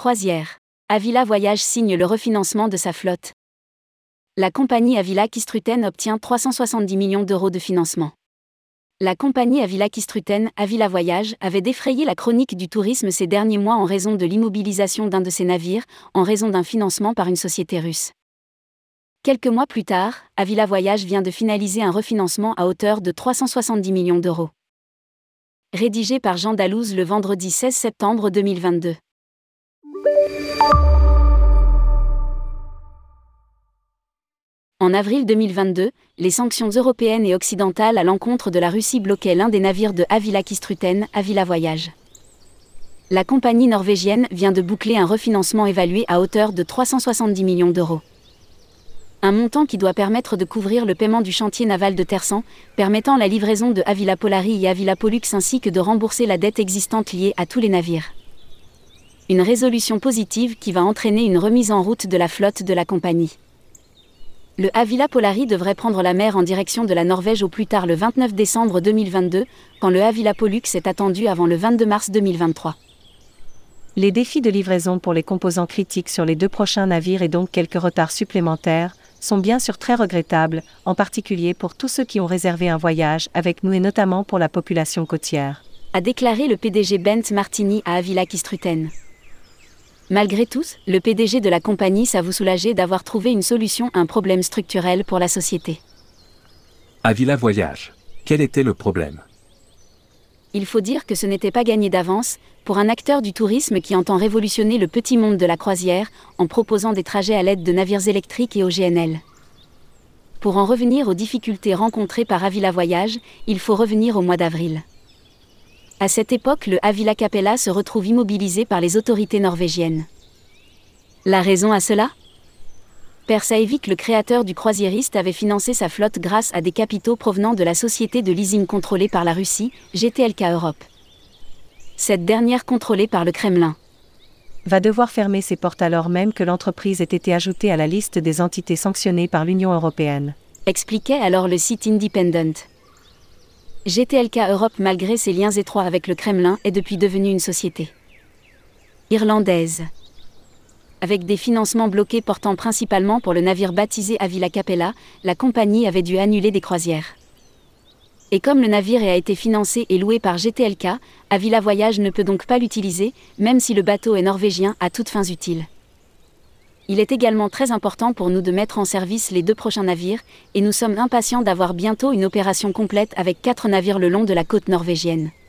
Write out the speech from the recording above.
Croisière. Havila Voyages signe le refinancement de sa flotte. La compagnie Havila Kystruten obtient 370 millions d'euros de financement. La compagnie Havila Kystruten, Havila Voyages, avait défrayé la chronique du tourisme ces derniers mois en raison de l'immobilisation d'un de ses navires, en raison d'un financement par une société russe. Quelques mois plus tard, Havila Voyages vient de finaliser un refinancement à hauteur de 370 millions d'euros. Rédigé par Jean Dalouse le vendredi 16 septembre 2022. En avril 2022, les sanctions européennes et occidentales à l'encontre de la Russie bloquaient l'un des navires de Havila Kystruten, Havila Voyages. La compagnie norvégienne vient de boucler un refinancement évalué à hauteur de 370 millions d'euros. Un montant qui doit permettre de couvrir le paiement du chantier naval de Tersan, permettant la livraison de Havila Polari et Havila Pollux ainsi que de rembourser la dette existante liée à tous les navires. Une résolution positive qui va entraîner une remise en route de la flotte de la compagnie. Le Havila Polari devrait prendre la mer en direction de la Norvège au plus tard le 29 décembre 2022, quand le Havila Pollux est attendu avant le 22 mars 2023. Les défis de livraison pour les composants critiques sur les 2 prochains navires et donc quelques retards supplémentaires, sont bien sûr très regrettables, en particulier pour tous ceux qui ont réservé un voyage avec nous et notamment pour la population côtière, a déclaré le PDG Bent Martini à Havila Kystruten. Malgré tout, le PDG de la compagnie s'avoue soulagé d'avoir trouvé une solution à un problème structurel pour la société. Havila Voyages. Quel était le problème ? Il faut dire que ce n'était pas gagné d'avance, pour un acteur du tourisme qui entend révolutionner le petit monde de la croisière, en proposant des trajets à l'aide de navires électriques et au GNL. Pour en revenir aux difficultés rencontrées par Havila Voyages, il faut revenir au mois d'avril. À cette époque, le Havila Capella se retrouve immobilisé par les autorités norvégiennes. La raison à cela ? Persaevik, le créateur du croisiériste, avait financé sa flotte grâce à des capitaux provenant de la société de leasing contrôlée par la Russie, GTLK Europe. Cette dernière contrôlée par le Kremlin va devoir fermer ses portes alors même que l'entreprise ait été ajoutée à la liste des entités sanctionnées par l'Union européenne. Expliquait alors le site Independent. GTLK Europe, malgré ses liens étroits avec le Kremlin, est depuis devenue une société irlandaise. Avec des financements bloqués portant principalement pour le navire baptisé Havila Capella, la compagnie avait dû annuler des croisières. Et comme le navire a été financé et loué par GTLK, Havila Voyages ne peut donc pas l'utiliser, même si le bateau est norvégien à toutes fins utiles. Il est également très important pour nous de mettre en service les 2 prochains navires, et nous sommes impatients d'avoir bientôt une opération complète avec 4 navires le long de la côte norvégienne.